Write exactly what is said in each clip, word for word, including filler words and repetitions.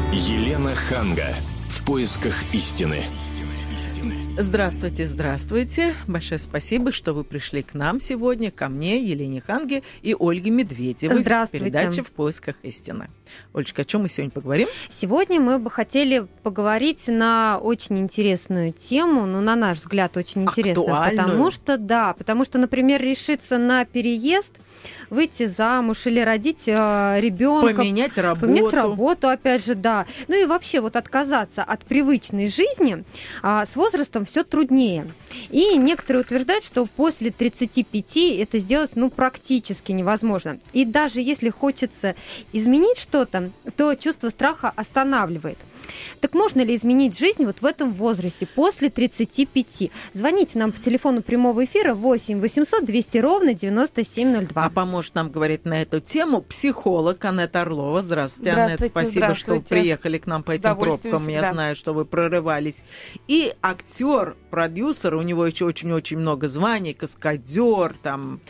Елена Ханга. В поисках истины. Здравствуйте, здравствуйте. Большое спасибо, что вы пришли к нам сегодня, ко мне, Елене Ханге и Ольге Медведевой. Здравствуйте. Передача «В поисках истины». Олечка, о чем мы сегодня поговорим? Сегодня мы бы хотели поговорить на очень интересную тему, ну, на наш взгляд, очень интересную. Актуальную. Потому что, да, потому что, например, решиться на переезд, выйти замуж или родить э, ребенка, Поменять работу. Поменять работу, опять же, да. Ну и вообще вот отказаться от привычной жизни э, с возрастом все труднее. И некоторые утверждают, что после тридцати пяти это сделать ну, практически невозможно. И даже если хочется изменить что-то, то чувство страха останавливает. Так можно ли изменить жизнь вот в этом возрасте, после тридцати пяти? Звоните нам по телефону прямого эфира восемь восемьсот двести ровно девяносто семь ноль два. А поможет нам говорить на эту тему психолог Анетта Орлова. Здравствуйте, Здравствуйте, Анетта. Спасибо, здравствуйте. что приехали к нам по этим пробкам. всегда. Я знаю, что вы прорывались. И актер, продюсер, у него еще очень-очень много званий, каскадер, там...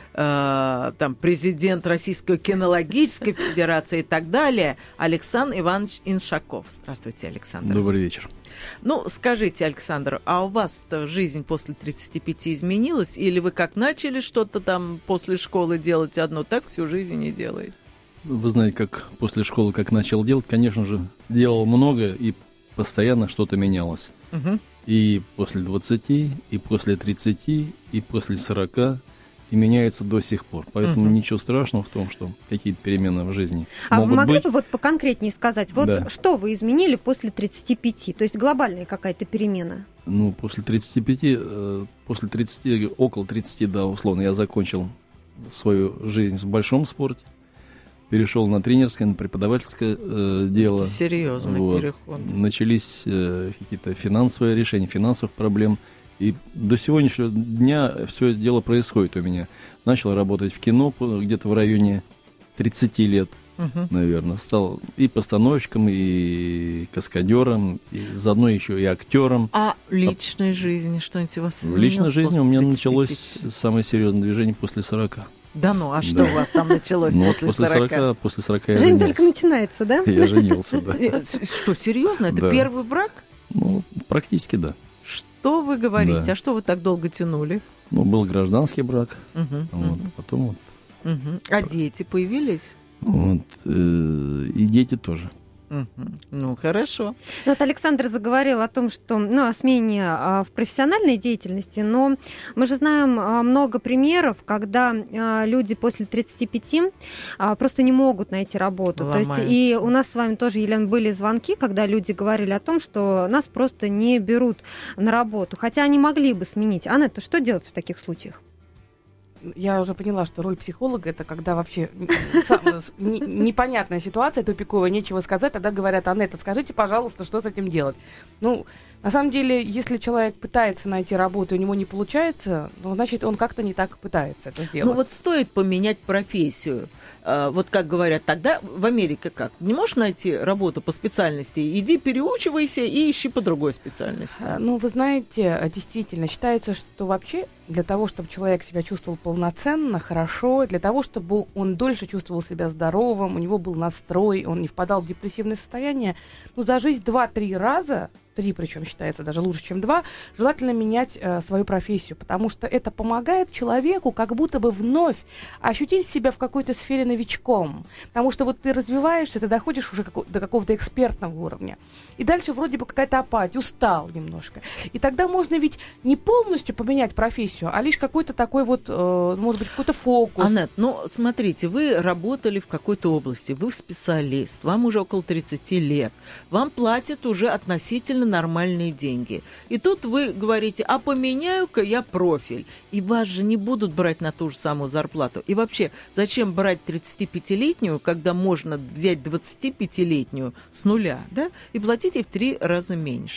там, президент Российской кинологической федерации и так далее, Александр Иванович Иншаков. Здравствуйте, Александр. Добрый вечер. Ну, скажите, Александр, а у вас-то жизнь после тридцати пяти изменилась? Или вы как начали что-то там после школы делать одно, так всю жизнь и делаете? Вы знаете, как после школы, как начал делать, конечно же, делал много и постоянно что-то менялось. Угу. И после двадцати, и после тридцати, и после сорока... и меняется до сих пор. Поэтому uh-huh. ничего страшного в том, что какие-то перемены в жизни а могут вы могли быть. бы вот поконкретнее сказать, вот да. что вы изменили после тридцати пяти? То есть глобальная какая-то перемена? Ну, после тридцати пяти, э, после тридцати, около тридцати, да, условно, я закончил свою жизнь в большом спорте, перешел на тренерское, на преподавательское э, дело. Это серьезный вот. переход. Начались э, какие-то финансовые решения, финансовых проблем. И до сегодняшнего дня все это дело происходит у меня. Начал работать в кино где-то в районе тридцати лет, uh-huh. наверное. Стал и постановщиком, и каскадером, и заодно еще и актером. А в личной жизни что-нибудь у вас изменилось? В личной жизни у меня тридцати пяти? началось самое серьезное движение после сорока. Да ну, а что да. у вас там началось ну, после сорока? После сорока я Жизнь женился. только начинается, да? Я женился, да. Что, серьезно? Это Да. первый брак? Ну, практически да. Что вы говорите? Да. А что вы так долго тянули? Ну, был гражданский брак, Угу, вот, угу. потом вот, Угу. А дети появились? вот э, и дети тоже. Угу. Ну, хорошо. Ну, вот Александр заговорил о том, что, ну, о смене а, в профессиональной деятельности, но мы же знаем а, много примеров, когда а, люди после тридцати пяти а, просто не могут найти работу. То есть, и у нас с вами тоже, Елена, были звонки, когда люди говорили о том, что нас просто не берут на работу, хотя они могли бы сменить. Анетта, что делать в таких случаях? Я уже поняла, что роль психолога — это когда вообще непонятная ситуация, тупиковая, нечего сказать, тогда говорят: Анетта, скажите, пожалуйста, что с этим делать? Ну, на самом деле, если человек пытается найти работу, и у него не получается, ну, значит, он как-то не так пытается это сделать. Ну, вот стоит поменять профессию. Вот как говорят, тогда в Америке как? Не можешь найти работу по специальности? Иди переучивайся и ищи по другой специальности. Ну, вы знаете, действительно, считается, что вообще для того, чтобы человек себя чувствовал полноценно, хорошо, для того, чтобы он дольше чувствовал себя здоровым, у него был настрой, он не впадал в депрессивное состояние, ну, за жизнь два-три раза, три причем считается даже лучше, чем два, желательно менять э, свою профессию, потому что это помогает человеку как будто бы вновь ощутить себя в какой-то сфере новичком, потому что вот ты развиваешься, ты доходишь уже како- до какого-то экспертного уровня, и дальше вроде бы какая-то апатия, устал немножко, и тогда можно ведь не полностью поменять профессию, а лишь какой-то такой вот, э, может быть, какой-то фокус. Анет, ну, смотрите, вы работали в какой-то области, вы специалист, вам уже около тридцати лет, вам платят уже относительно нормальные деньги. И тут вы говорите: а поменяю-ка я профиль. И вас же не будут брать на ту же самую зарплату. И вообще, зачем брать тридцатипятилетнюю, когда можно взять двадцатипятилетнюю с нуля, да, и платить ей в три раза меньше?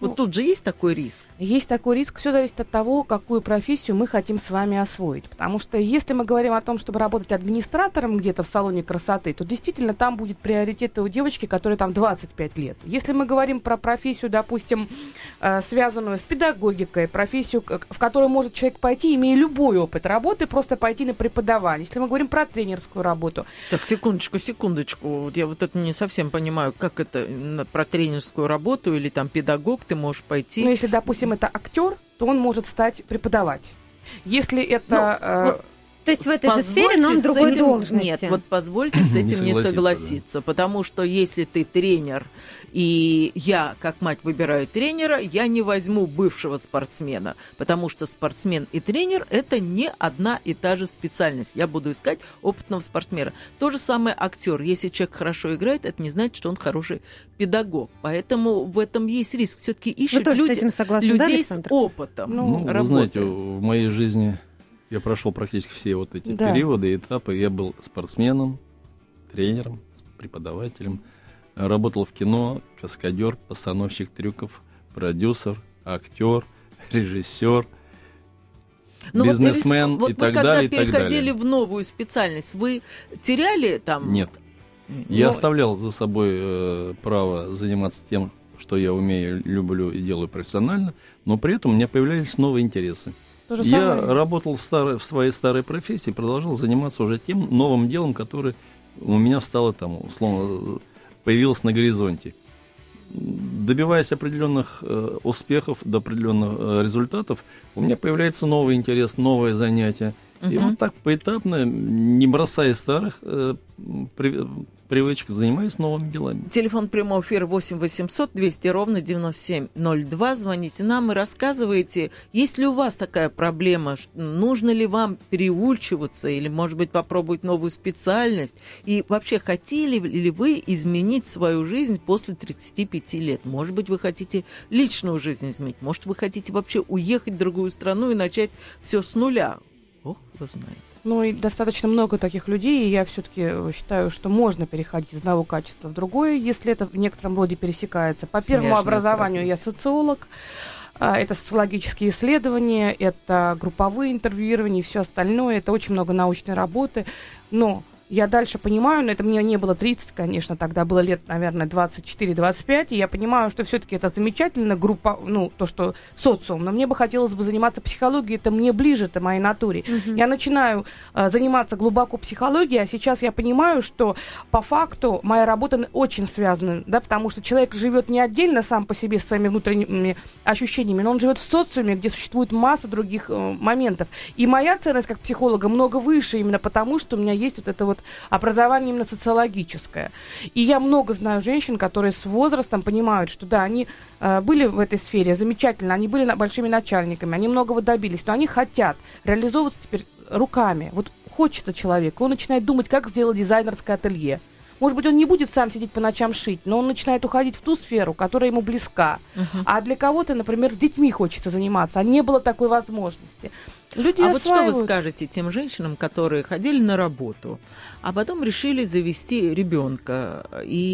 Вот Ну, тут же есть такой риск. Есть такой риск. Все зависит от того, какую профессию мы хотим с вами освоить. Потому что если мы говорим о том, чтобы работать администратором где-то в салоне красоты, то действительно там будет приоритет у девочки, которой там двадцать пять лет. Если мы говорим про профессию, допустим, э, связанную с педагогикой, профессию, к- в которую может человек пойти, имея любой опыт работы, просто пойти на преподавание. Если мы говорим про тренерскую работу, Так, секундочку, секундочку. Вот я вот это не совсем понимаю, как это на- про тренерскую работу или там педагог ты можешь пойти. ну, если, допустим, это актер, то он может стать преподавать. Если это... э, вот То есть в этой же сфере, но он Позвольте в с другой этим- должности. Нет, вот позвольте с Не этим не согласиться, согласиться, потому что если ты тренер, и я, как мать, выбираю тренера, я не возьму бывшего спортсмена, потому что спортсмен и тренер – это не одна и та же специальность. Я буду искать опытного спортсмена. То же самое актер. Если человек хорошо играет, это не значит, что он хороший педагог. Поэтому в этом есть риск. Все-таки Вы ищут тоже с люди, этим согласны, да, людей с Александр? опытом Ну, Ну, вы работы. знаете, в моей жизни я прошел практически все вот эти Да. периоды, этапы. Я был спортсменом, тренером, преподавателем. Работал в кино, каскадер, постановщик трюков, продюсер, актер, режиссер, Ну, вот бизнесмен риск- вот и вы так когда далее, и так переходили далее. в новую специальность, вы теряли там? Нет. Я Ну, оставлял за собой э, право заниматься тем, что я умею, люблю и делаю профессионально, но при этом у меня появлялись новые интересы. то же Я самое. работал в, старой, в своей старой профессии, продолжал заниматься уже тем новым делом, которое у меня встало там, условно, появилось на горизонте. Добиваясь определенных э, успехов, до определенных э, результатов, у меня появляется новый интерес, новое занятие. И Мгм. вот так поэтапно, не бросая старых э, при- привычек, занимаюсь новыми делами. Телефон прямого эфира восемь восемьсот двести ровно девяносто семь ноль два. Звоните нам и рассказывайте, есть ли у вас такая проблема, ш- нужно ли вам переучиваться или, может быть, попробовать новую специальность. И вообще, хотели ли вы изменить свою жизнь после тридцати пяти лет? Может быть, вы хотите личную жизнь изменить, может, вы хотите вообще уехать в другую страну и начать все с нуля. Ох, его знает. Ну и достаточно много таких людей, и я все-таки считаю, что можно переходить из одного качества в другое, если это в некотором роде пересекается. По первому Смежная образованию я профессия. социолог, а, это социологические исследования, это групповые интервьюирования и все остальное, это очень много научной работы, но я дальше понимаю, но это мне не было тридцать, конечно, тогда было лет, наверное, двадцать четыре - двадцать пять, и я понимаю, что все-таки это замечательно, группа, ну, то, что социум, но мне бы хотелось бы заниматься психологией, это мне ближе, это моей натуре. Мгм. Я начинаю э, заниматься глубоко психологией, а сейчас я понимаю, что по факту моя работа н- очень связана, да, потому что человек живет не отдельно сам по себе с своими внутренними ощущениями, но он живет в социуме, где существует масса других э, моментов. И моя ценность как психолога много выше именно потому, что у меня есть вот это вот образование именно социологическое. И я много знаю женщин, которые с возрастом понимают, что да, они э, были в этой сфере замечательно, они были на- большими начальниками, они многого добились, но они хотят реализовываться теперь руками. Вот хочется человеку, он начинает думать, как сделать дизайнерское ателье. Может быть, он не будет сам сидеть по ночам шить, но он начинает уходить в ту сферу, которая ему близка. Мгм. А для кого-то, например, с детьми хочется заниматься, а не было такой возможности. Люди А вот что вы осваивают. скажете тем женщинам, которые ходили на работу, а потом решили завести ребенка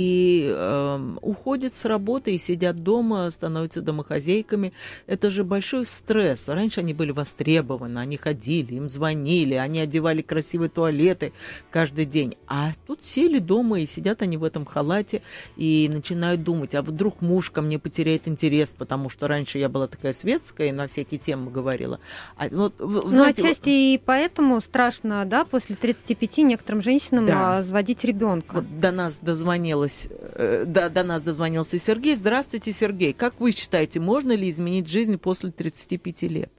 и эм, уходят с работы и сидят дома, становятся домохозяйками? Это же большой стресс. Раньше они были востребованы, они ходили, им звонили, они одевали красивые туалеты каждый день. А тут сели дома и сидят они в этом халате и начинают думать, а вдруг муж ко мне потеряет интерес, потому что раньше я была такая светская и на всякие темы говорила. А вот, вы Ну, знаете, отчасти и поэтому страшно, да, после тридцати пяти некоторым женщинам Да. а, заводить ребенка. вот до нас дозвонилась, э, до, до нас дозвонился Сергей. Здравствуйте, Сергей. Как вы считаете, можно ли изменить жизнь после тридцати пяти лет?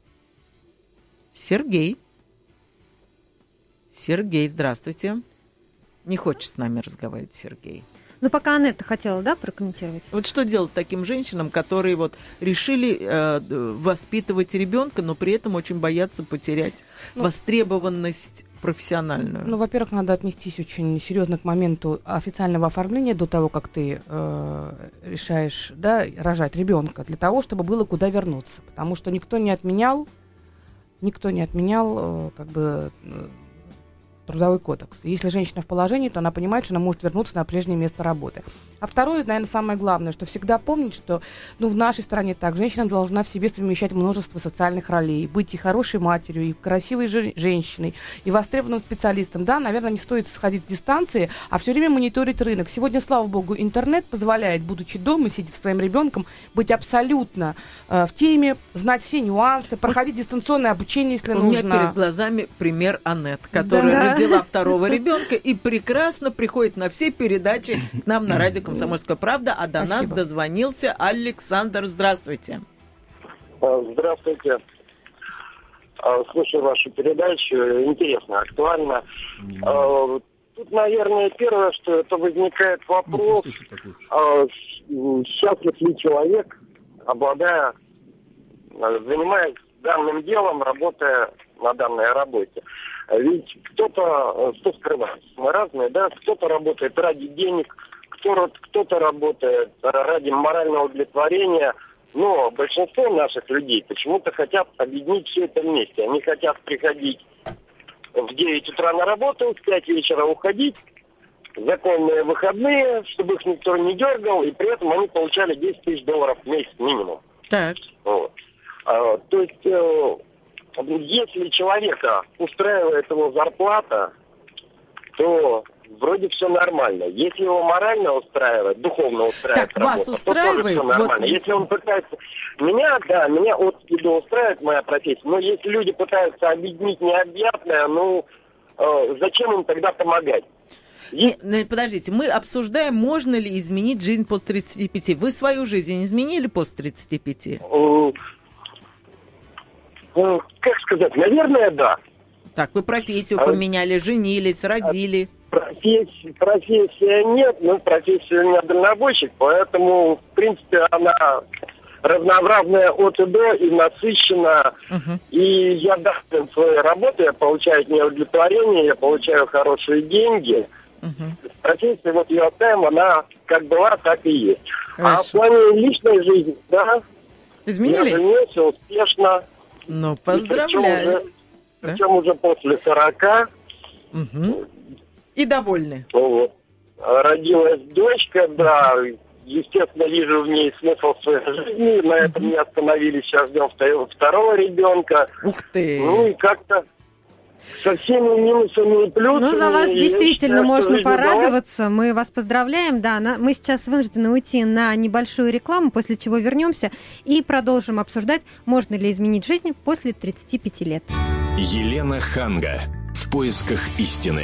Сергей. Сергей, здравствуйте. Не хочет с нами разговаривать Сергей. Ну, пока Анетта хотела, да, прокомментировать? Вот что делать таким женщинам, которые вот решили э, воспитывать ребенка, но при этом очень боятся потерять Ну, востребованность профессиональную? Ну, во-первых, надо отнестись очень серьезно к моменту официального оформления до того, как ты э, решаешь, да, рожать ребенка, для того, чтобы было куда вернуться. Потому что никто не отменял, никто не отменял, э, как бы, э, трудовой кодекс. Если женщина в положении, то она понимает, что она может вернуться на прежнее место работы. А второе, наверное, самое главное, что всегда помнить, что ну, в нашей стране так, женщина должна в себе совмещать множество социальных ролей, быть и хорошей матерью, и красивой же- женщиной, и востребованным специалистом. Да, наверное, не стоит сходить с дистанции, а все время мониторить рынок. Сегодня, слава богу, интернет позволяет, будучи дома, сидеть со своим ребенком, быть абсолютно э, в теме, знать все нюансы, проходить дистанционное обучение, если У нужно. меня перед глазами пример Аннет, которая Да. родила второго ребенка и прекрасно приходит на все передачи к нам на радио «Комсомольская правда», а до нас Спасибо. дозвонился Александр. Здравствуйте. Здравствуйте. А, Слушаю вашу передачу. Интересно, актуально. А, Тут, наверное, первое, что это возникает вопрос, а, с- счастлив ли человек, обладая, а, занимаясь данным делом, работая на данной работе. Ведь кто-то, что скрывается, мы разные, да, кто-то работает ради денег, кто- кто-то работает ради морального удовлетворения, но большинство наших людей почему-то хотят объединить все это вместе. Они хотят приходить в девять утра на работу, в пять вечера уходить, законные выходные, чтобы их никто не дергал, и при этом они получали десять тысяч долларов в месяц минимум. Так. Вот. А, то есть, э, если человека устраивает его зарплата, то вроде все нормально. Если его морально устраивает, духовно устраивает Так, вас работа, устраивает? то тоже все нормально. Вот- Если он пытается... Меня, да, меня от и до устраивает моя профессия, но если люди пытаются объединить необъятное, ну, э, зачем им тогда помогать? Не, не, подождите, мы обсуждаем, можно ли изменить жизнь после тридцати пяти. Вы свою жизнь изменили после тридцати пяти? Э, э, Как сказать, наверное, да. Так, вы профессию А- поменяли, женились, родили. Профессии, профессия нет, но профессия у меня дальнобойщик, поэтому, в принципе, она разнообразная от и до и насыщена. Мгм. И я доволен своей работой, я получаю от нее удовлетворение, я получаю хорошие деньги. Мгм. Профессия, вот ее оставим, она как была, так и есть. А Хорошо. в плане личной жизни, да, я Изменили? женился успешно. Ну, И причем поздравляю. уже, причем уже после сорока. Мгм. И довольны. Ну вот. Родилась дочка, да, естественно, вижу в ней смысл своей жизни, на этом не остановились, сейчас ждем второго, второго ребенка. Ух ты. Ну и как-то со всеми минусами и плюсами. Ну, за вас я действительно считаю, что можно жизнь удалась. порадоваться. Мы вас поздравляем. Да, на- мы сейчас вынуждены уйти на небольшую рекламу, после чего вернемся и продолжим обсуждать, можно ли изменить жизнь после тридцати пяти лет. Елена Ханга. В поисках истины.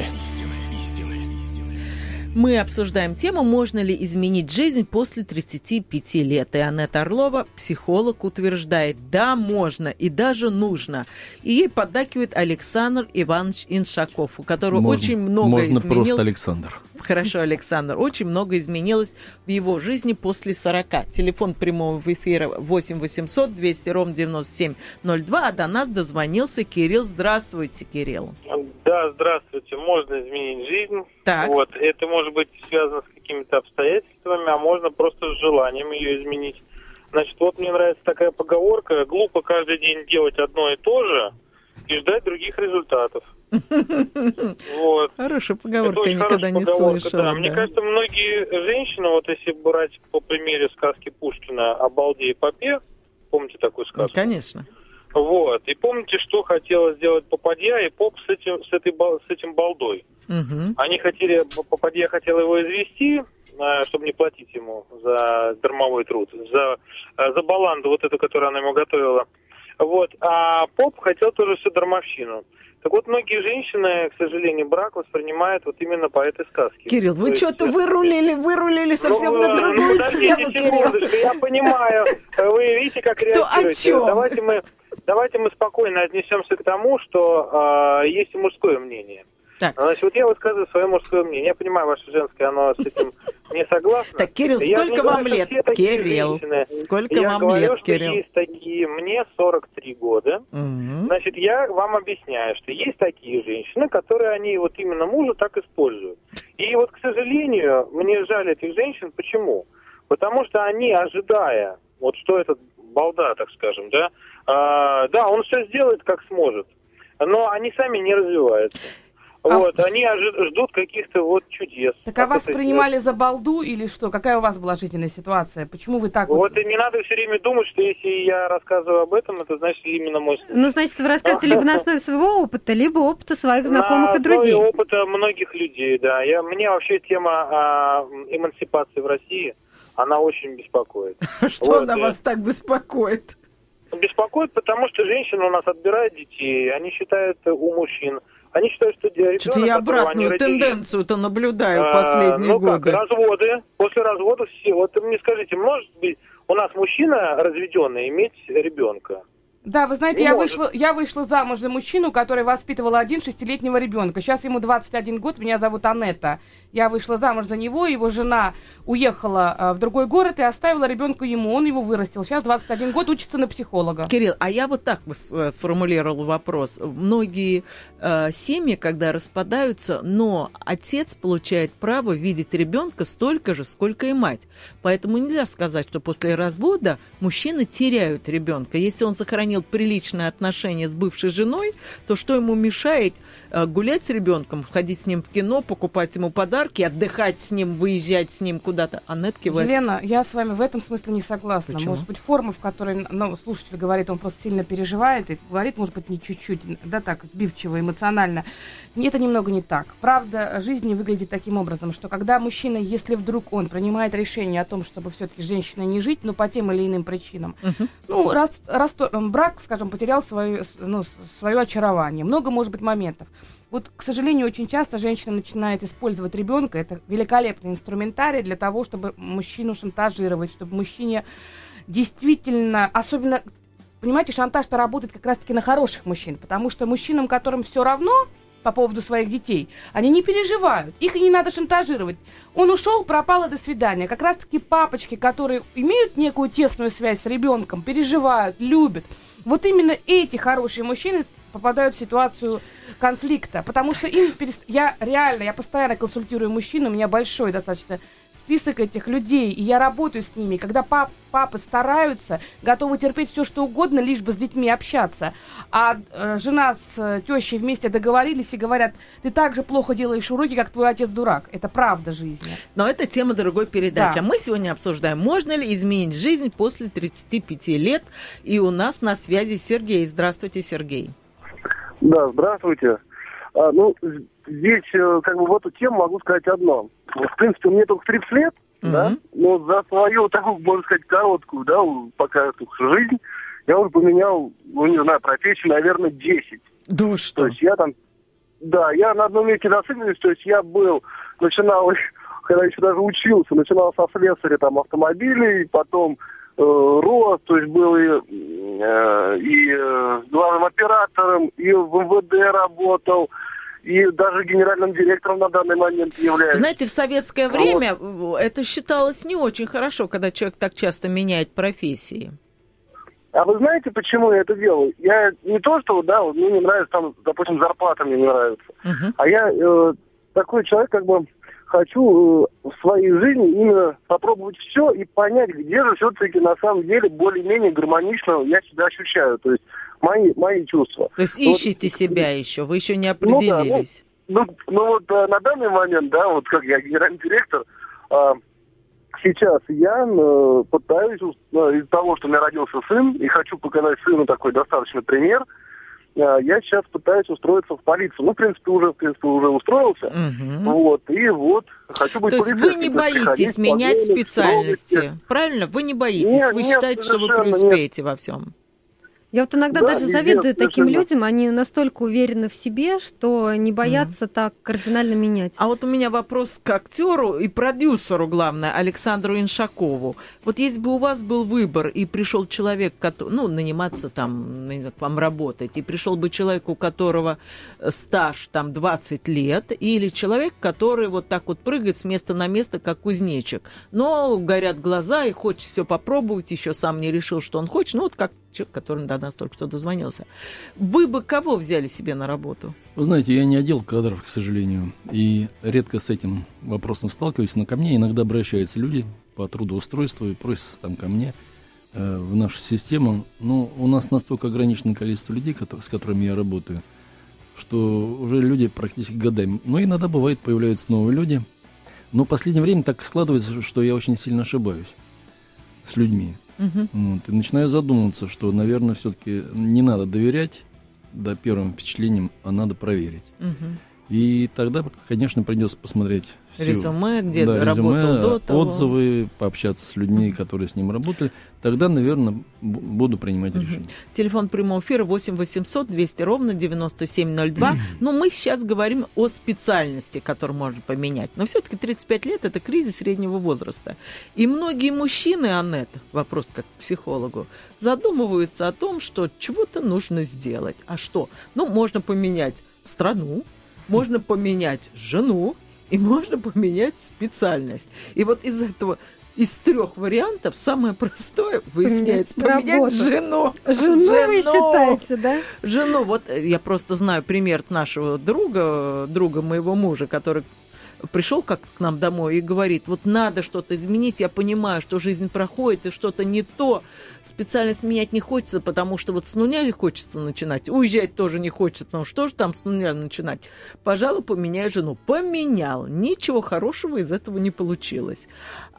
Мы обсуждаем тему, можно ли изменить жизнь после тридцати пяти лет. И Аннета Орлова, психолог, утверждает, да, можно и даже нужно. И ей поддакивает Александр Иванович Иншаков, у которого Можно- очень много Можно изменилось. просто Александр. Хорошо, Александр. Очень много изменилось в его жизни после сорока. Телефон прямого эфира восемь восемьсот двести ровно девяносто семь ноль два, а до нас дозвонился Кирилл. Здравствуйте, Кирилл. Да, здравствуйте. Можно изменить жизнь. Так. Вот. Это может быть связано с какими-то обстоятельствами, а можно просто с желанием ее изменить. Значит, вот мне нравится такая поговорка: глупо каждый день делать одно и то же и ждать других результатов. Вот. Хорошая Это поговорка, я очень никогда хорошая не поговорка, слышала. да. Мне да. кажется, многие женщины, вот если брать по примеру сказки Пушкина «Обалдей попе», помните такую Ну, сказку? конечно. Вот. И помните, что хотела сделать попадья и поп с этим, с этой, бал- с этим балдой? Мгм. Они хотели, попадья хотела его извести, э, чтобы не платить ему за дармовой труд, за, э, за баланду вот эту, которую она ему готовила. Вот. А поп хотел тоже всю дармовщину. Так вот, многие женщины, к сожалению, брак воспринимают вот именно по этой сказке. Кирилл, вы То что-то есть, вырулили, вырулили совсем ну, на ну, другую подождите тему, Кирилл. секундочку, я понимаю, вы видите, как Кто о реагируете. чем? Давайте мы, давайте мы спокойно отнесемся к тому, что э, есть и мужское мнение. Так. Значит, вот я высказываю свое мужское мнение. Я понимаю, ваше женское, оно с этим не согласно. Так, Кирилл, Я сколько не вам говорю, что лет? все такие Кирилл, женщины. сколько Я вам говорю, лет, что Кирилл? есть такие, мне сорок три года. Мгм. Значит, я вам объясняю, что есть такие женщины, которые они вот именно мужа так используют. И вот, к сожалению, мне жаль этих женщин. Почему? Потому что они, ожидая, вот что этот балда, так скажем, да, а, да, он все сделает как сможет, но они сами не развиваются. Вот, они ожи- ждут каких-то вот чудес. Так а вас этой принимали за балду или что? Какая у вас была жизненная ситуация? Почему вы так вот... Вот и не надо все время думать, что если я рассказываю об этом, это значит именно мой случай. Ну, значит, вы рассказываете либо на основе своего опыта, либо опыта своих знакомых на и друзей. основе опыта многих людей, да. Я, мне вообще тема а, эмансипации в России, она очень беспокоит. Что Вот, она и- вас так беспокоит? Беспокоит, потому что женщины у нас отбирают детей, они считают э, у мужчин, они считают, что ребенок, Что-то я которого они обратную родили, тенденцию-то наблюдаю а, последние ну годы. как, разводы, после развода все. Вот вы мне скажите, может быть у нас мужчина разведенный иметь ребенка? Да, вы знаете, Не я может. вышла, я вышла замуж за мужчину, который воспитывал один шестилетнего ребенка. Сейчас ему двадцать один год, меня зовут Анетта. Я вышла замуж за него, его жена уехала э, в другой город и оставила ребенка ему. Он его вырастил. Сейчас двадцать один год, учится на психолога. Кирилл, а я вот так бы с- э, сформулировал вопрос. Многие э, семьи, когда распадаются, но отец получает право видеть ребенка столько же, сколько и мать. Поэтому нельзя сказать, что после развода мужчины теряют ребенка. Если он сохранил приличные отношения с бывшей женой, то что ему мешает э, гулять с ребенком, ходить с ним в кино, покупать ему подарки, отдыхать с ним, выезжать с ним куда-то? Аннет кивает. Елена, я с вами в этом смысле не согласна. Почему? Может быть, форма, в которой ну, слушатель говорит, он просто сильно переживает и говорит, может быть, не чуть-чуть, да, так, сбивчиво, эмоционально. Это немного не так. Правда жизни выглядит таким образом, что когда мужчина, если вдруг он принимает решение о том, чтобы все-таки с женщиной не жить, но по тем или иным причинам, Мгм. ну, раз, раз то- брак, скажем, потерял свое, ну, с- свое очарование. Много, может быть, моментов. Вот, к сожалению, очень часто женщина начинает использовать ребенка. Это великолепный инструментарий для того, чтобы мужчину шантажировать, чтобы мужчине действительно, особенно, понимаете, шантаж-то работает как раз-таки на хороших мужчин, потому что мужчинам, которым все равно по поводу своих детей, они не переживают, их и не надо шантажировать. Он ушел, пропал, и до свидания. Как раз-таки папочки, которые имеют некую тесную связь с ребенком, переживают, любят. Вот именно эти хорошие мужчины попадают в ситуацию конфликта, потому что им перест... я реально, я постоянно консультирую мужчин, у меня большой достаточно список этих людей, и я работаю с ними. Когда пап, папы стараются, готовы терпеть все, что угодно, лишь бы с детьми общаться, а э, жена с э, тещей вместе договорились и говорят, ты так же плохо делаешь уроки, как твой отец дурак. Это правда жизни. Но это тема другой передачи. Да. А мы сегодня обсуждаем, можно ли изменить жизнь после тридцати пяти лет. И у нас на связи Сергей. Здравствуйте, Сергей. Да, здравствуйте. А, ну, здесь, э, как бы в эту тему могу сказать одно. Вот, в принципе, мне только тридцать лет, Мгм. да, но за свою такую, можно сказать, короткую, да, у- пока эту жизнь, я уже поменял, ну, не знаю, профессию, наверное, десять. Да вы То что? есть я там, да, я на одном месте зацикливаюсь, то есть я был, начинал, когда еще даже учился, начинал со слесаря там автомобилей, потом э, рос, то есть был и, э, и э, главным оператором, и в эм вэ дэ работал, и даже генеральным директором на данный момент являюсь. Знаете, в советское время это считалось не очень хорошо, когда человек так часто меняет профессии. А вы знаете, почему я это делаю? Я не то, что, да, вот мне не нравится, там, допустим, зарплата мне не нравится, Мгм. а я э, такой человек, как бы, хочу э, в своей жизни именно попробовать все и понять, где же все-таки на самом деле более-менее гармонично я себя ощущаю, то есть мои, мои чувства. То есть Вот. ищете себя еще, вы еще не Ну да, ну, определились. Ну, ну вот э, на данный момент, да, вот как я генеральный директор, э, сейчас я э, пытаюсь, э, из-за того, что у меня родился сын, и хочу показать сыну такой достаточный пример, э, я сейчас пытаюсь устроиться в полицию. Ну, в принципе, уже, в принципе, уже устроился. Мгм. Вот, и вот, хочу быть То есть вы полицейским, не то есть боитесь приходить, менять позвонить, специальности, трогать. правильно? Вы не боитесь, Нет, вы нет, считаете, что вы совершенно нет. преуспеете во всем. Я вот иногда Да, даже везде завидую таким совершенно. людям, они настолько уверены в себе, что не боятся так кардинально менять. А вот у меня вопрос к актеру и продюсеру, главное, Александру Иншакову. Вот если бы у вас был выбор, и пришел человек, кото- ну, наниматься там, не знаю, к вам работать, и пришел бы человек, у которого стаж там двадцать лет, или человек, который вот так вот прыгает с места на место, как кузнечик, но горят глаза и хочет все попробовать, еще сам не решил, что он хочет, ну, вот как человек, который до нас только что дозвонился. Вы бы кого взяли себе на работу? Вы знаете, я не отдел кадров, к сожалению, и редко с этим вопросом сталкиваюсь, но ко мне иногда обращаются люди по трудоустройству и просятся там ко мне э, в нашу систему. Но у нас настолько ограниченное количество людей, которые, с которыми я работаю. что уже люди практически годами. Но иногда бывает, появляются новые люди. Но в последнее время так складывается, что я очень сильно ошибаюсь с людьми. Uh-huh. Вот, и начинаю задумываться, что, наверное, все-таки не надо доверять да, первым впечатлениям, а надо проверить. Uh-huh. И тогда, конечно, придется посмотреть всю, резюме, где да, работал резюме, до того. Отзывы, пообщаться с людьми, которые с ним работали. Тогда, наверное, буду принимать угу. решение. Телефон прямого эфира восемь восемьсот двести ровно девяносто семь ноль два. Но мы сейчас говорим о специальности, которую можно поменять. Но все-таки тридцать пять лет – это кризис среднего возраста. И многие мужчины, Аннет, вопрос как к психологу, задумываются о том, что чего-то нужно сделать. А что? Ну, можно поменять страну, можно поменять жену и можно поменять специальность. И вот из этого, из трех вариантов, самое простое, выясняется, поменять работу. жену. Жену, жену вы считаете, да? Жену. Вот я просто знаю пример с нашего друга, друга моего мужа, который пришел как к нам домой и говорит, вот надо что-то изменить, я понимаю, что жизнь проходит, и что-то не то. Специальность менять не хочется, потому что вот с нуля хочется начинать. Уезжать тоже не хочется, потому что же там с нуля начинать. Пожалуй, поменяю жену. Поменял. Ничего хорошего из этого не получилось.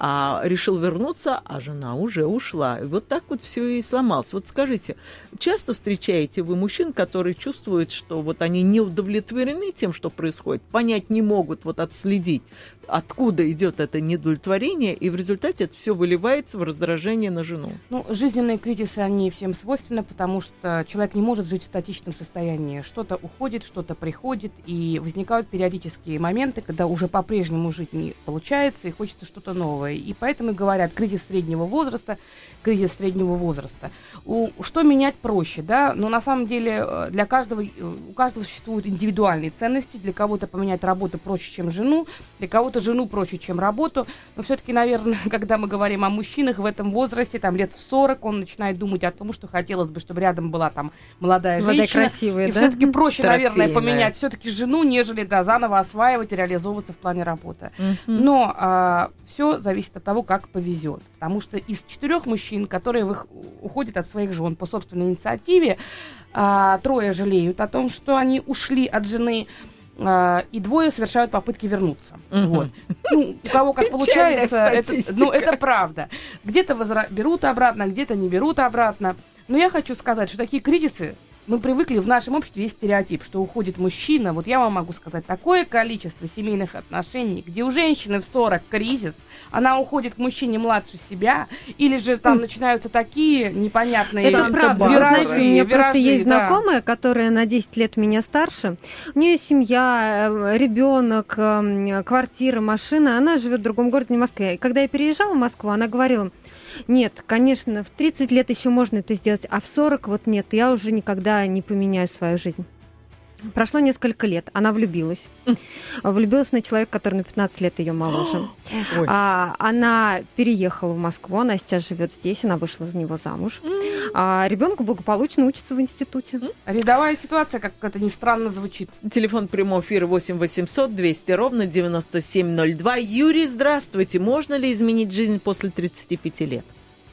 А решил вернуться, а жена уже ушла. И вот так вот все и сломалось. Вот скажите, часто встречаете вы мужчин, которые чувствуют, что вот они не удовлетворены тем, что происходит, понять не могут, вот отследить, откуда идет это недовлетворение, и в результате это все выливается в раздражение на жену? Ну, жизненные кризисы, они всем свойственны, потому что человек не может жить в статичном состоянии. Что-то уходит, что-то приходит, и возникают периодические моменты, когда уже по-прежнему жить не получается, и хочется что-то новое. И поэтому говорят, кризис среднего возраста, кризис среднего возраста. У, что менять проще, да? Но на самом деле для каждого, у каждого существуют индивидуальные ценности. Для кого-то поменять работу проще, чем жену, для кого-то жену проще, чем работу. Но все-таки, наверное, когда мы говорим о мужчинах в этом возрасте, там лет в сорок, он начинает думать о том, что хотелось бы, чтобы рядом была там молодая Молодая, женщина. красивая, и да? все-таки проще, Трофейная. наверное, поменять все-таки жену, нежели да, заново осваивать и реализовываться в плане работы. Mm-hmm. Но а, все зависит от того, как повезет. Потому что из четырех мужчин, которые вы, уходят от своих жен по собственной инициативе, а, трое жалеют о том, что они ушли от жены, а, и двое совершают попытки вернуться. Mm-hmm. Вот. Ну, у кого как получается, это, ну, это правда. Где-то возра- берут обратно, где-то не берут обратно. Но я хочу сказать, что такие кризисы, мы привыкли, в нашем обществе есть стереотип, что уходит мужчина. Вот я вам могу сказать, такое количество семейных отношений, где у женщины в сорок кризис, она уходит к мужчине младше себя, или же там mm. начинаются такие непонятные это правда. виражи. Вы знаете, у меня виражи, просто есть да. знакомая, которая на десять лет меня старше. У нее семья, ребенок, квартира, машина. Она живет в другом городе, не в Москве. И когда я переезжала в Москву, она говорила: нет, конечно, в тридцать лет еще можно это сделать, а в сорок вот нет, я уже никогда не поменяю свою жизнь. Прошло несколько лет, она влюбилась. Влюбилась на человека, который на пятнадцать лет ее моложе. А, она переехала в Москву, она сейчас живет здесь, она вышла за него замуж. А ребенку благополучно учится в институте. Рядовая ситуация, как это ни странно звучит. Телефон прямого эфира восемь восемьсот двести ровно девяносто семь ноль два. Юрий, здравствуйте. Можно ли изменить жизнь после тридцати пяти лет?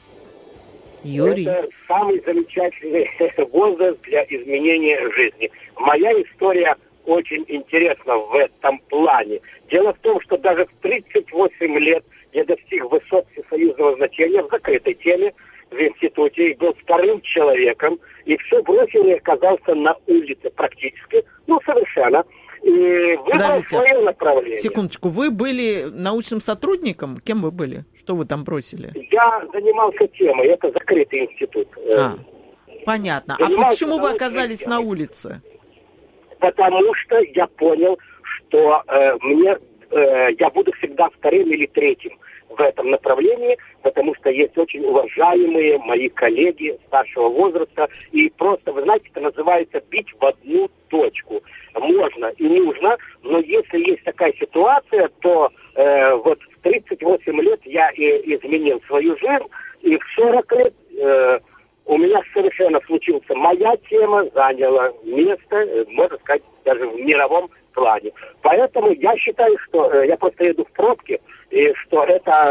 Юрий. Это самый замечательный возраст для изменения жизни. Моя история очень интересна в этом плане. Дело в том, что даже в тридцать восемь лет я достиг высот всесоюзного значения в закрытой теме в институте и был вторым человеком, и все бросил и оказался на улице практически, ну, совершенно. И выбрал свое направление. Секундочку, вы были научным сотрудником? Кем вы были? Что вы там бросили? Я занимался темой, это закрытый институт. А, понятно. Занимался а почему вы оказались темой. На улице? Потому что я понял, что э, мне э, я буду всегда вторым или третьим в этом направлении, потому что есть очень уважаемые мои коллеги старшего возраста, и просто, вы знаете, это называется бить в одну точку. Можно и нужно, но если есть такая ситуация, то э, вот в тридцать восемь лет я и изменил свою жизнь, и в сорок лет э, у меня совершенно случился, моя тема заняла место, э, можно сказать, даже в мировом плане. Поэтому я считаю, что э, я просто еду в пробке, и что это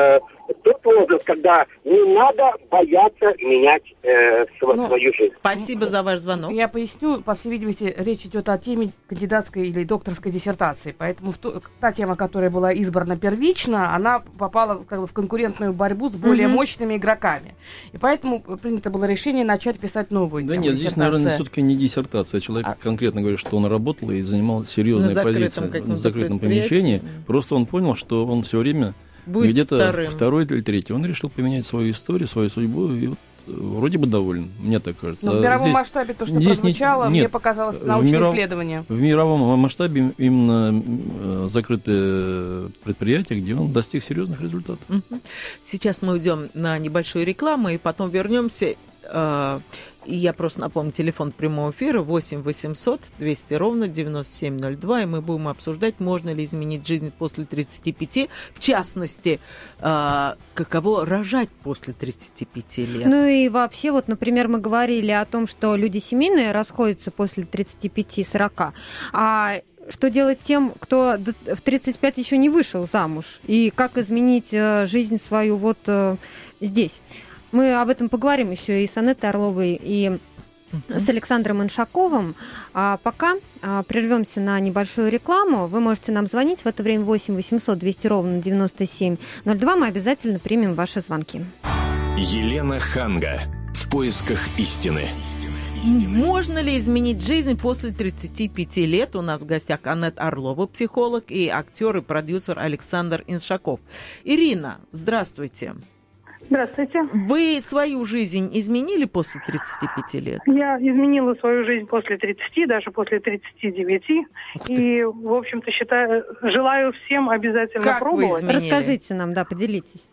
тот возраст, когда не надо бояться менять э, св- Ну, свою жизнь. Спасибо за ваш звонок. Я поясню, по всей видимости, речь идет о теме кандидатской или докторской диссертации. Поэтому в ту- та тема, которая была избрана первично, она попала как бы в конкурентную борьбу с более Мгм. мощными игроками. И поэтому принято было решение начать писать новую Да тему. нет, здесь, диссертация. наверное, все-таки не диссертация. Человек А- конкретно говорит, что он работал и занимал серьезные На закрытом позиции каком-то в закрытом предприятии. помещении. Просто он понял, что он все время Будет где-то вторым. второй или третий. Он решил поменять свою историю, свою судьбу, и вот э, вроде бы доволен, мне так кажется. Но в А мировом здесь- масштабе то, что здесь не- прозвучало, мне нет, показалось в научное миров- исследование. В мировом масштабе именно э, закрытые предприятия, где он достиг серьезных результатов. Мгм. Сейчас мы уйдем на небольшую рекламу и потом вернемся. Э, И я просто напомню, телефон прямого эфира восемь восемьсот двести ровно девяносто семь ноль два, и мы будем обсуждать, можно ли изменить жизнь после тридцати пяти, в частности, э, каково рожать после тридцати пяти лет. Ну и вообще, вот, например, мы говорили о том, что люди семейные расходятся после тридцати пяти сорока, а что делать тем, кто до- в тридцать пять еще не вышел замуж, и как изменить э, жизнь свою вот э, здесь? Мы об этом поговорим еще и с Анеттой Орловой, и с Александром Иншаковым. А пока а, прервемся на небольшую рекламу. Вы можете нам звонить в это время восемь восемьсот двести ровно девяносто семь ноль два. Мы обязательно примем ваши звонки. Елена Ханга. В поисках истины. Можно ли изменить жизнь после тридцати пяти лет? У нас в гостях Анетта Орлова, психолог, и актер и продюсер Александр Иншаков. Ирина, здравствуйте. Здравствуйте. Вы свою жизнь изменили после тридцати пяти лет? Я изменила свою жизнь после тридцати, даже после тридцати девяти. И, в общем-то, считаю, желаю всем обязательно Как вы пробовать. изменили? Расскажите нам, да, поделитесь.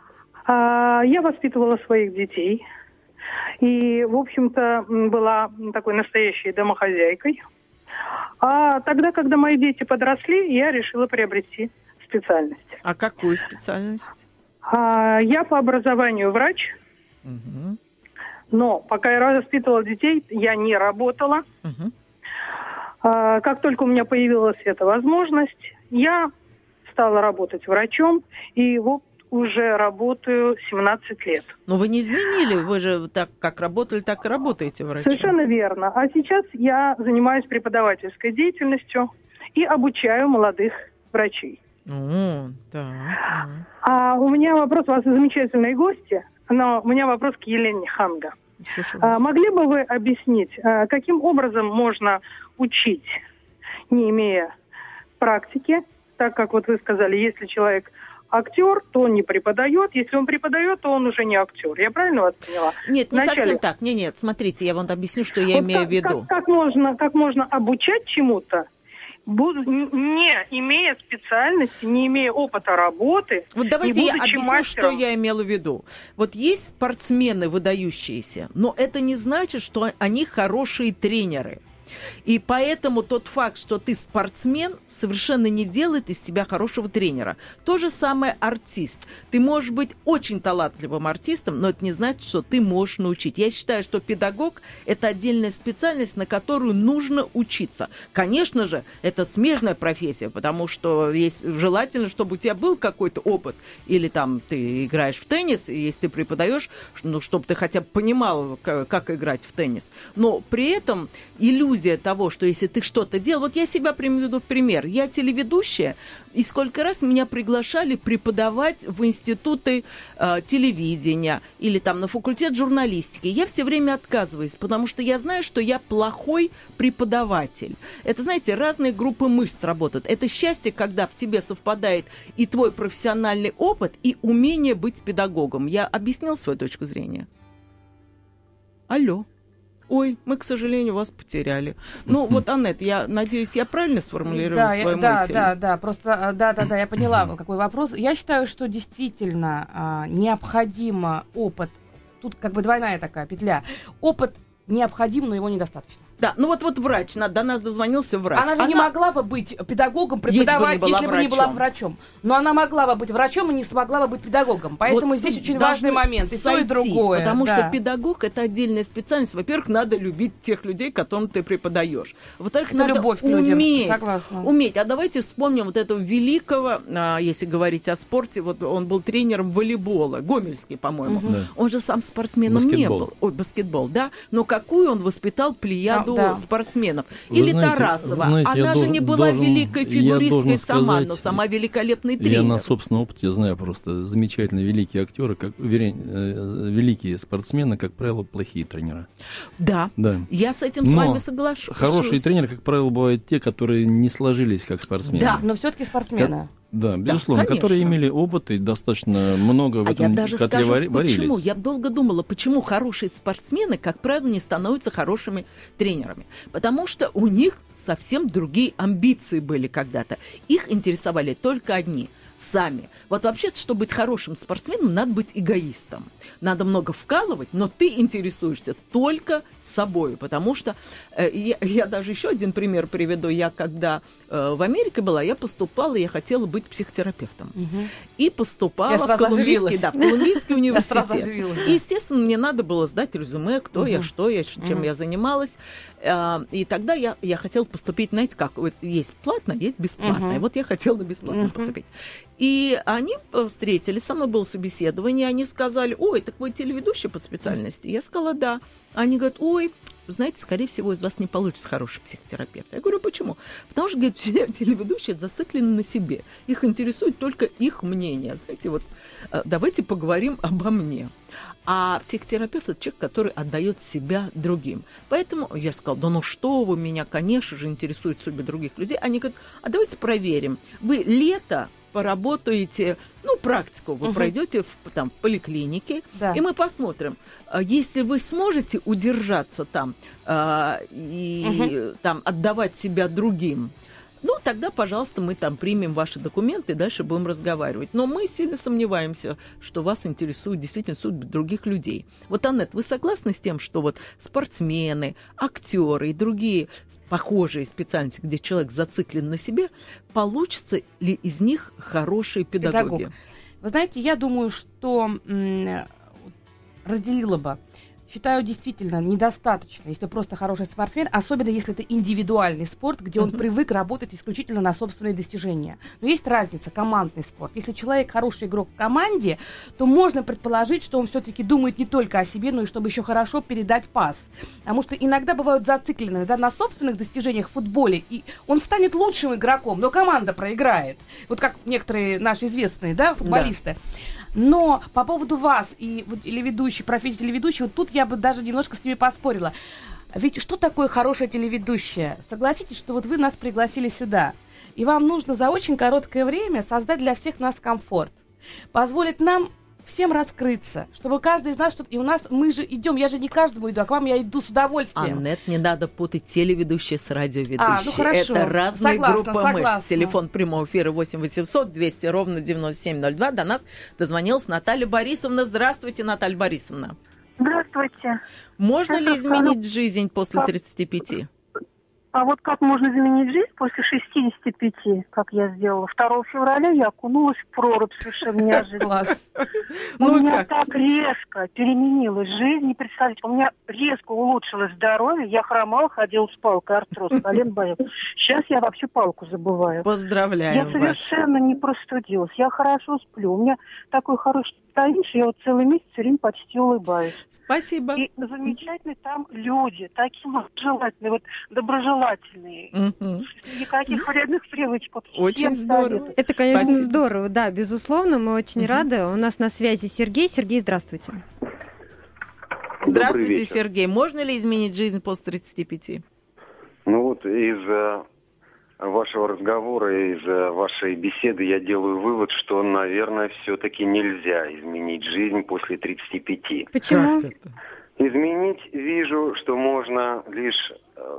А, я воспитывала своих детей. И, в общем-то, м, была такой настоящей домохозяйкой. А тогда, когда мои дети подросли, я решила приобрести специальность. А какую специальность? А, я по образованию врач, Мгм. но пока я воспитывала детей, я не работала. Мгм. А, Как только у меня появилась эта возможность, я стала работать врачом, и вот уже работаю семнадцать лет. Но вы не изменили, вы же так как работали, так и работаете врачом. Совершенно верно. А сейчас я занимаюсь преподавательской деятельностью и обучаю молодых врачей. О, да. А у меня вопрос, у вас замечательные гости, но у меня вопрос к Елене Ханга. Слушаю А, вас. могли бы вы объяснить, а, каким образом можно учить, не имея практики, так как вот вы сказали, если человек актер, то он не преподает, если он преподает, то он уже не актер. Я правильно вас поняла? Нет, не Вначале- совсем так. Не, нет, смотрите, я вам объясню, что я Вот имею как, в виду. Как, как можно, как можно обучать чему-то, буд- не имея специальности, не имея опыта работы, Вот давайте не я будучи объясню, мастером. что я имела в виду. Вот есть спортсмены выдающиеся, но это не значит, что они хорошие тренеры. И поэтому тот факт, что ты спортсмен, совершенно не делает из тебя хорошего тренера. То же самое артист. Ты можешь быть очень талантливым артистом, но это не значит, что ты можешь научить. Я считаю, что педагог – это отдельная специальность, на которую нужно учиться. Конечно же, это смежная профессия, потому что есть желательно, чтобы у тебя был какой-то опыт. Или там ты играешь в теннис, и если ты преподаешь, ну, чтобы ты хотя бы понимал, как, как играть в теннис. Но при этом иллюзия того, что если ты что-то делал... Вот я себя приведу в пример. Я телеведущая, и сколько раз меня приглашали преподавать в институты э, телевидения или там на факультет журналистики. Я все время отказываюсь, потому что я знаю, что я плохой преподаватель. Это, знаете, разные группы мышц работают. Это счастье, когда в тебе совпадает и твой профессиональный опыт, и умение быть педагогом. Я объяснил свою точку зрения? Алло. Ой, мы, к сожалению, вас потеряли. Ну, вот, Аннет, я надеюсь, я правильно сформулировала Да, свою я, да, мысль? да, да, просто, да, да, да, я поняла, какой вопрос. Я считаю, что действительно а, необходимо опыт, тут как бы двойная такая петля. Опыт необходим, но его недостаточно. Да, ну вот, вот врач, на- до нас дозвонился врач. Она же не могла бы быть педагогом, преподавать, Если бы не была если бы не была врачом. врачом. Но она могла бы быть врачом и не смогла бы быть педагогом. Поэтому Вот здесь тут очень должны важный момент. И то, и сойтись, другое. Потому да. что педагог — это отдельная специальность. Во-первых, надо любить тех людей, которым ты преподаешь. Во-вторых, Это надо любовь к людям, уметь, согласна. уметь. А давайте вспомним вот этого великого, а, если говорить о спорте, вот он был тренером волейбола, Гомельский, по-моему. Мгм. Да. Он же сам спортсменом не Баскетбол. был. Ой, баскетбол, да. Но какую он воспитал плеяду Да, да. спортсменов. Вы Или знаете, Тарасова. вы знаете, я Она же должен- не была должен- великой я фигуристкой должен сама, сказать, но сама великолепный Я тренер. на собственном опыте знаю просто замечательные великие актеры, как, вернее, э, великие спортсмены, как правило, плохие тренера. Да, Да. я с этим с Но вами соглашусь. Хорошие тренеры, как правило, бывают те, которые не сложились как спортсмены. Да. Но все-таки спортсмены. Да, безусловно, конечно. которые имели опыт и достаточно много в А этом я даже котле скажу, вари- варились. почему. Я долго думала, почему хорошие спортсмены, как правило, не становятся хорошими тренерами. Потому что у них совсем другие амбиции были когда-то. Их интересовали только одни – сами. Вот вообще, чтобы быть хорошим спортсменом, надо быть эгоистом. Надо много вкалывать, но ты интересуешься только собой. Потому что, э, я, я даже еще один пример приведу. Я когда э, в Америке была, я поступала, я хотела быть психотерапевтом. Мгм. И поступала Я в сразу Колумбийский, оживилась. да, в Колумбийский Я сразу университет. оживилась, да. И, естественно, мне надо было сдать резюме, кто я, Мгм. что я, чем Мгм. я занималась. А, И тогда я, я хотела поступить, знаете как, вот есть платно, есть бесплатно. Мгм. И вот я хотела на бесплатно Мгм. поступить. И они э, встретились, со мной было собеседование, они сказали: ой, так вы телеведущая по специальности? Я сказала: да. Они говорят: ой, знаете, скорее всего, из вас не получится хороший психотерапевт. Я говорю: почему? Потому что, говорит, все телеведущие зациклены на себе. Их интересует только их мнение. Знаете, вот э, давайте поговорим обо мне. А психотерапевт – это человек, который отдает себя другим. Поэтому я сказала: да ну что вы, меня, конечно же, интересует судьба других людей. Они говорят: а давайте проверим. Вы лето поработаете, ну, практику вы Мгм. пройдете в, там, в поликлинике, Да. и мы посмотрим, а, если вы сможете удержаться там а, и там отдавать себя другим, ну, тогда, пожалуйста, мы там примем ваши документы и дальше будем разговаривать. Но мы сильно сомневаемся, что вас интересует действительно судьба других людей. Вот, Аннет, вы согласны с тем, что вот спортсмены, актеры и другие похожие специальности, где человек зациклен на себе, получится ли из них хорошие педагоги? Педагог. Вы знаете, я думаю, что м, разделила бы. Считаю, действительно недостаточно, если просто хороший спортсмен, особенно если это индивидуальный спорт, где он Мгм. привык работать исключительно на собственные достижения. Но есть разница, командный спорт. Если человек хороший игрок в команде, то можно предположить, что он все-таки думает не только о себе, но и чтобы еще хорошо передать пас. Потому что иногда бывают зациклены, да, на собственных достижениях в футболе, и он станет лучшим игроком, но команда проиграет. Вот как некоторые наши известные, да, футболисты. Но по поводу вас и вот, телеведущей, профессии телеведущего, тут я бы даже немножко с ними поспорила. Ведь что такое хорошая телеведущая? Согласитесь, что вот вы нас пригласили сюда, и вам нужно за очень короткое время создать для всех нас комфорт, позволить нам всем раскрыться, чтобы каждый из нас что-то... И у нас, мы же идем, я же не каждому иду, а к вам я иду с удовольствием. Аннет, не надо путать телеведущие с радиоведущей. А, ну хорошо. Это разные Согласна, группы согласна. мышц. Телефон прямого эфира восемь восемьсот двести ровно девяносто семь ноль два. До нас дозвонилась Наталья Борисовна. Здравствуйте, Наталья Борисовна. Здравствуйте. Можно Это ли изменить жизнь после тридцати пяти? А вот как можно изменить жизнь после шестидесяти пяти, как я сделала? второго февраля я окунулась в прорубь совершенно неожиданно. Класс. У Ну и меня как? так резко переменилась жизнь, не представляете. У меня резко улучшилось здоровье. Я хромала, ходила с палкой, артроз, колен болел. Сейчас я вообще палку забываю. Я Поздравляем вас. совершенно не простудилась. Я хорошо сплю. У меня такой хороший стоишь, я вот целый месяц все время почти улыбаюсь. Спасибо. И замечательные там люди, такие вот желательные, вот доброжелательные. Мгм. Никаких вредных привычек. Вот Очень всем здорово. советую. Это, конечно, Спасибо. здорово, да, безусловно, мы очень Мгм. рады. У нас на связи Сергей. Сергей, здравствуйте. Здравствуйте, вечер. Сергей. Можно ли изменить жизнь после тридцати пяти? Ну вот из э, вашего разговора, из э, вашей беседы я делаю вывод, что, наверное, все-таки нельзя изменить жизнь после тридцати пяти. Почему? Как это? Изменить вижу, что можно лишь э,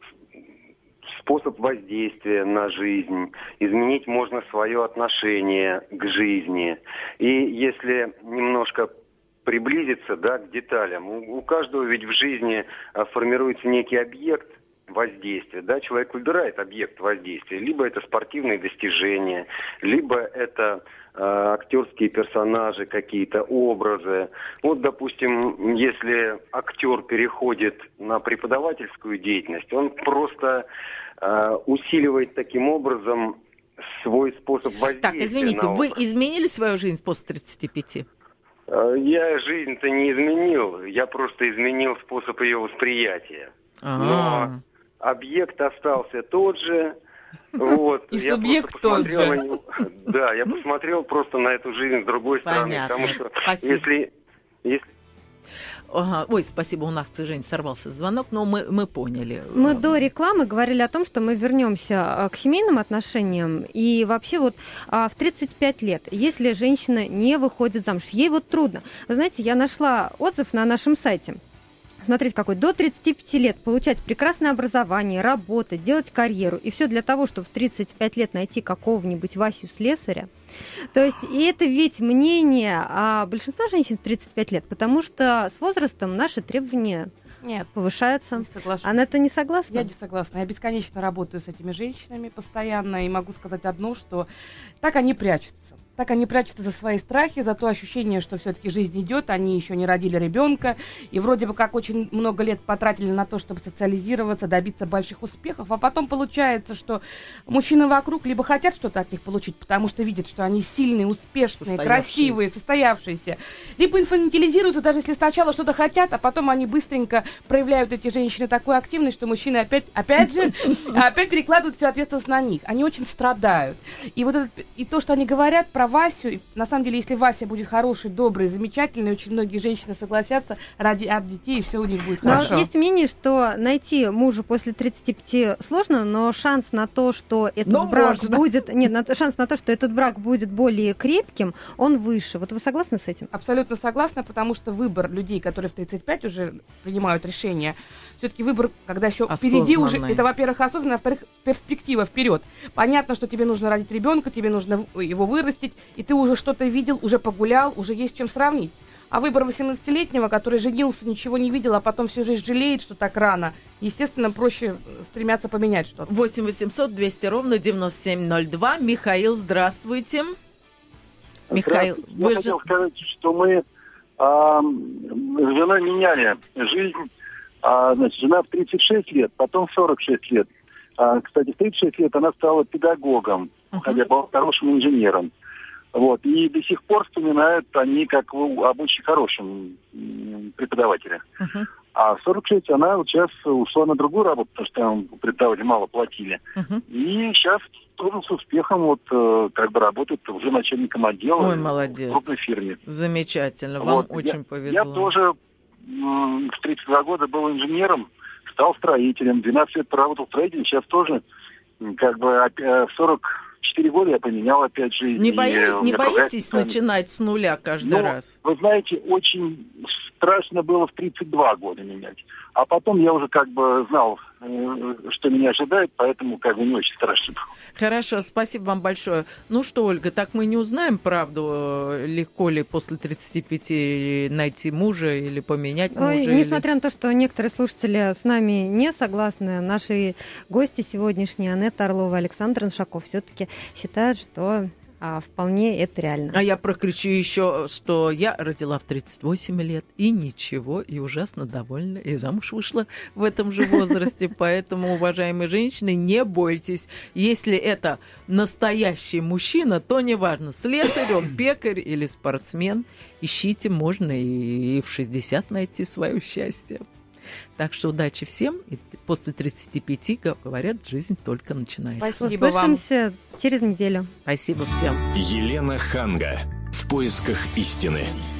способ воздействия на жизнь. Изменить можно свое отношение к жизни. И если немножко приблизиться, да, к деталям. У, у каждого ведь в жизни а, формируется некий объект воздействия, да, человек выбирает объект воздействия, либо это спортивные достижения, либо это э, актерские персонажи, какие-то образы. Вот, допустим, если актер переходит на преподавательскую деятельность, он просто э, усиливает таким образом свой способ воздействия. Так, извините, вы изменили свою жизнь после тридцати пяти? Я жизнь-то не изменил, я просто изменил способ ее восприятия. А-а-а. Но объект остался тот же. Вот. И я субъект тот же. На него, да, я посмотрел просто на эту жизнь с другой стороны. Понятно. Потому что Спасибо. если, если Ага. Ой, спасибо, у нас, к сожалению, сорвался звонок, но мы, мы поняли. Мы до рекламы говорили о том, что мы вернемся к семейным отношениям. И вообще вот в тридцать пять лет, если женщина не выходит замуж, ей вот трудно. Вы знаете, я нашла отзыв на нашем сайте. Смотрите, какой. До тридцати пяти лет получать прекрасное образование, работать, делать карьеру. И все для того, чтобы в тридцать пять лет найти какого-нибудь Васю слесаря. То есть, и это ведь мнение а большинства женщин в тридцать пять лет, потому что с возрастом наши требования Нет, повышаются. не соглашусь. Она-то не согласна? Я не согласна. Я бесконечно работаю с этими женщинами постоянно, и могу сказать одно, что так они прячутся. Так они прячутся за свои страхи, за то ощущение, что все-таки жизнь идет, они еще не родили ребенка, и вроде бы как очень много лет потратили на то, чтобы социализироваться, добиться больших успехов, а потом получается, что мужчины вокруг либо хотят что-то от них получить, потому что видят, что они сильные, успешные, красивые, состоявшиеся, либо инфантилизируются, даже если сначала что-то хотят, а потом они быстренько проявляют, эти женщины, такую активность, что мужчины опять, опять же, опять перекладывают всю ответственность на них. Они очень страдают. И вот это, и то, что они говорят про Васю, на самом деле, если Вася будет хороший, добрый, замечательный, очень многие женщины согласятся ради от детей, и все у них будет но хорошо. Есть мнение, что найти мужа после тридцати пяти сложно, но шанс на то, что этот но брак можно. будет, нет, на, шанс на то, что этот брак будет более крепким, он выше. Вот вы согласны с этим? Абсолютно согласна, потому что выбор людей, которые в тридцать пять уже принимают решения, все-таки выбор, когда еще впереди уже, это, во-первых, осознанно, а во-вторых, перспектива вперед. Понятно, что тебе нужно родить ребенка, тебе нужно его вырастить, и ты уже что-то видел, уже погулял, уже есть с чем сравнить. А выбор восемнадцатилетнего, который женился, ничего не видел, а потом всю жизнь жалеет, что так рано, естественно, проще стремятся поменять что-то. восемь восемьсот двести ровно девяносто семь ноль два. Михаил, здравствуйте. Михаил, Я вы хотел же... сказать, что мы а, с женой меняли жизнь. А, значит, жена в тридцать шесть лет, потом в сорок шесть лет. А, кстати, в тридцать шесть лет она стала педагогом, uh-huh. хотя была хорошим инженером. Вот. И до сих пор вспоминают они как об очень хорошем преподавателе. Uh-huh. А в сорок шесть она вот сейчас ушла на другую работу, потому что там преподаватели мало платили. Uh-huh. И сейчас тоже с успехом вот как бы работает уже начальником отдела. Ой, молодец. В крупной фирме. Замечательно. Вам вот. очень я, повезло. Я тоже м- в тридцать два года был инженером, стал строителем. двенадцать лет поработал строителем, сейчас тоже как бы в сорок четыре года я поменял опять жизнь. Не, бои... не боитесь начинать с нуля каждый Но, раз? Вы знаете, очень страшно было в тридцать два года менять. А потом я уже как бы знал, что меня ожидает, поэтому как бы не очень страшно было. Хорошо, спасибо вам большое. Ну что, Ольга, так мы не узнаем правду, легко ли после тридцати пяти найти мужа или поменять мужа? Ой, или... Несмотря на то, что некоторые слушатели с нами не согласны, наши гости сегодняшние, Анетта Орлова и Александр Иншаков, все-таки считают, что а, вполне это реально. А я прокричу еще, что я родила в тридцать восемь лет, и ничего, и ужасно довольна, и замуж вышла в этом же возрасте. Поэтому, уважаемые женщины, не бойтесь. Если это настоящий мужчина, то неважно, слесарь он, пекарь или спортсмен, ищите, можно и в шестьдесят найти свое счастье. Так что удачи всем. И после тридцати пяти, как говорят, жизнь только начинается. Спасибо. Услышимся вам через неделю. Спасибо всем. Елена Ханга. В поисках истины.